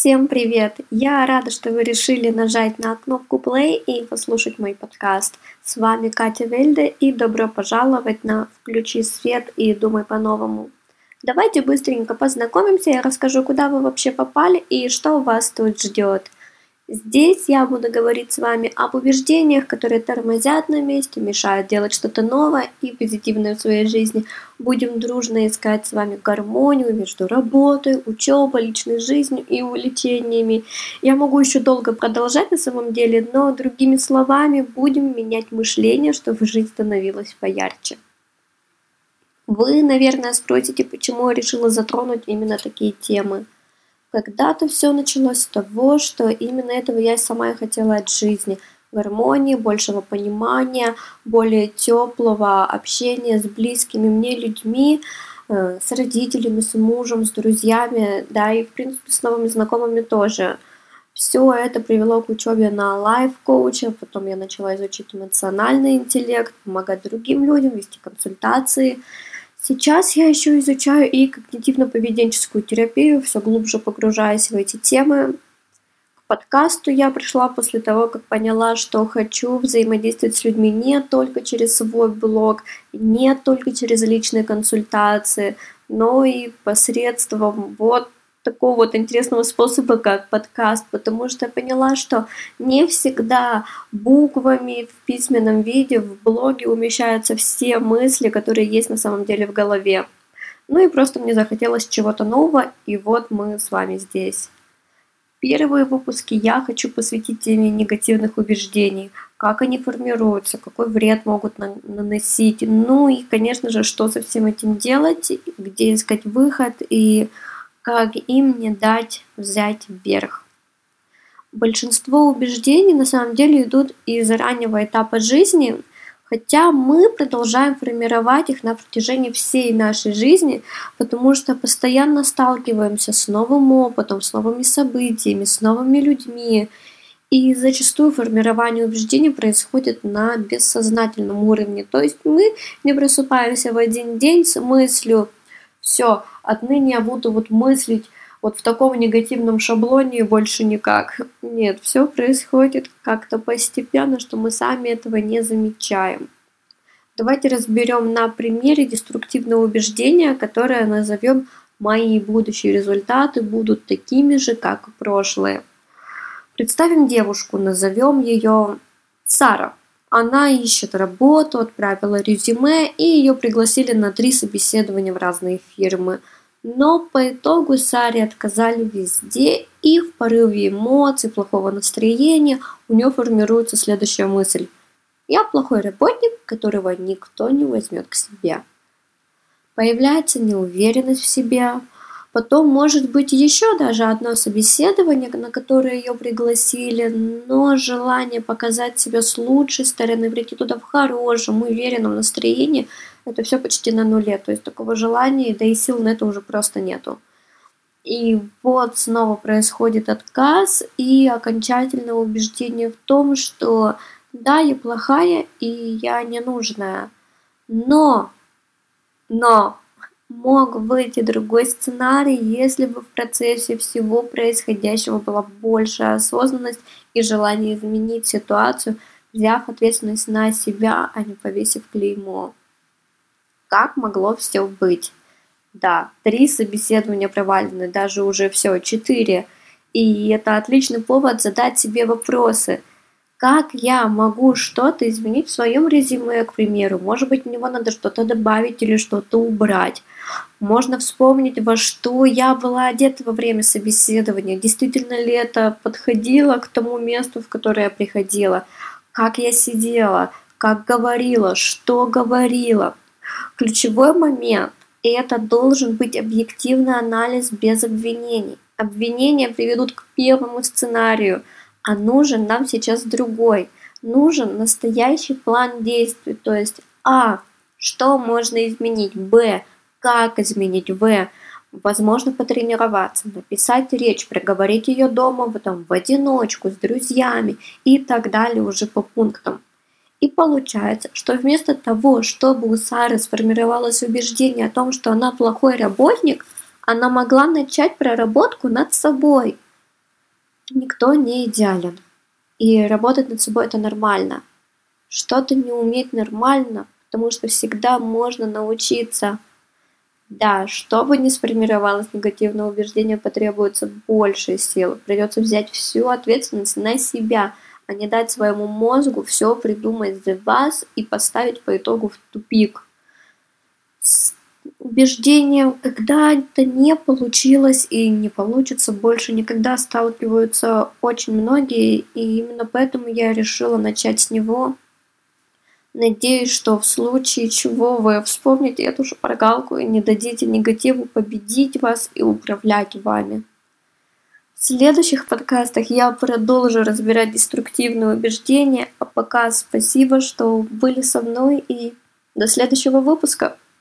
Всем привет! Я рада, что вы решили нажать на кнопку play и послушать мой подкаст. С вами Катя Вельде и добро пожаловать на «Включи свет и думай по-новому». Давайте быстренько познакомимся, я расскажу, куда вы вообще попали и что вас тут ждет. Здесь я буду говорить с вами об убеждениях, которые тормозят на месте, мешают делать что-то новое и позитивное в своей жизни. Будем дружно искать с вами гармонию между работой, учебой, личной жизнью и увлечениями. Я могу еще долго продолжать на самом деле, но другими словами будем менять мышление, чтобы жизнь становилась поярче. Вы, наверное, спросите, почему я решила затронуть именно такие темы. Когда-то все началось с того, что именно этого я сама и хотела от жизни. Гармонии, большего понимания, более теплого общения с близкими мне людьми, с родителями, с мужем, с друзьями, да, и в принципе с новыми знакомыми тоже. Все это привело к учебе на лайф-коуча, потом я начала изучить эмоциональный интеллект, помогать другим людям, вести консультации. Сейчас я еще изучаю и когнитивно-поведенческую терапию, все глубже погружаясь в эти темы. К подкасту я пришла после того, как поняла, что хочу взаимодействовать с людьми не только через свой блог, не только через личные консультации, но и посредством такого вот интересного способа, как подкаст, потому что я поняла, что не всегда буквами в письменном виде в блоге умещаются все мысли, которые есть на самом деле в голове. Ну и просто мне захотелось чего-то нового, и вот мы с вами здесь. Первые выпуски я хочу посвятить теме негативных убеждений, как они формируются, какой вред могут наносить, ну и, конечно же, что со всем этим делать, где искать выход и как им не дать взять вверх. Большинство убеждений на самом деле идут из раннего этапа жизни, хотя мы продолжаем формировать их на протяжении всей нашей жизни, потому что постоянно сталкиваемся с новым опытом, с новыми событиями, с новыми людьми. И зачастую формирование убеждений происходит на бессознательном уровне. То есть мы не просыпаемся в один день с мыслью: все, отныне я буду мыслить в таком негативном шаблоне и больше никак. Нет, все происходит как-то постепенно, что мы сами этого не замечаем. Давайте разберем на примере деструктивного убеждения, которое назовем «Мои будущие результаты будут такими же, как и прошлые». Представим девушку, назовем ее Сара. Она ищет работу, отправила резюме, и ее пригласили на 3 собеседования в разные фирмы. Но по итогу Саре отказали везде, и в порыве эмоций, плохого настроения у нее формируется следующая мысль: «Я плохой работник, которого никто не возьмет к себе». Появляется неуверенность в себе. Потом может быть еще даже одно собеседование, на которое ее пригласили, но желание показать себя с лучшей стороны, прийти туда в хорошем, уверенном настроении, это все почти на нуле. То есть такого желания, да и сил на это уже просто нету. И вот снова происходит отказ и окончательное убеждение в том, что да, я плохая и я ненужная. Но мог быть и другой сценарий, если бы в процессе всего происходящего была большая осознанность и желание изменить ситуацию, взяв ответственность на себя, а не повесив клеймо. Как могло все быть? Да, 3 собеседования провалены, даже уже все 4. И это отличный повод задать себе вопросы. Как я могу что-то изменить в своем резюме, к примеру? Может быть, в него надо что-то добавить или что-то убрать. Можно вспомнить, во что я была одета во время собеседования. Действительно ли это подходило к тому месту, в которое я приходила? Как я сидела? Как говорила? Что говорила? Ключевой момент – это должен быть объективный анализ без обвинений. Обвинения приведут к первому сценарию, а нужен нам сейчас другой. Нужен настоящий план действий, то есть А. Что можно изменить? Б. Как изменить? В. Возможно, потренироваться, написать речь, проговорить ее дома, потом в одиночку, с друзьями и так далее уже по пунктам. И получается, что вместо того, чтобы у Сары сформировалось убеждение о том, что она плохой работник, она могла начать проработку над собой. Никто не идеален, и работать над собой это нормально. Что-то не уметь нормально, потому что всегда можно научиться. Да, чтобы не сформировалось негативное убеждение, потребуется больше сил. Придется взять всю ответственность на себя, а не дать своему мозгу все придумать за вас и поставить по итогу в тупик. С убеждением, когда это не получилось и не получится больше никогда, сталкиваются очень многие, и именно поэтому я решила начать с него. Надеюсь, что в случае чего вы вспомните эту шпаргалку и не дадите негативу победить вас и управлять вами. В следующих подкастах я продолжу разбирать деструктивные убеждения, а пока спасибо, что были со мной, и до следующего выпуска.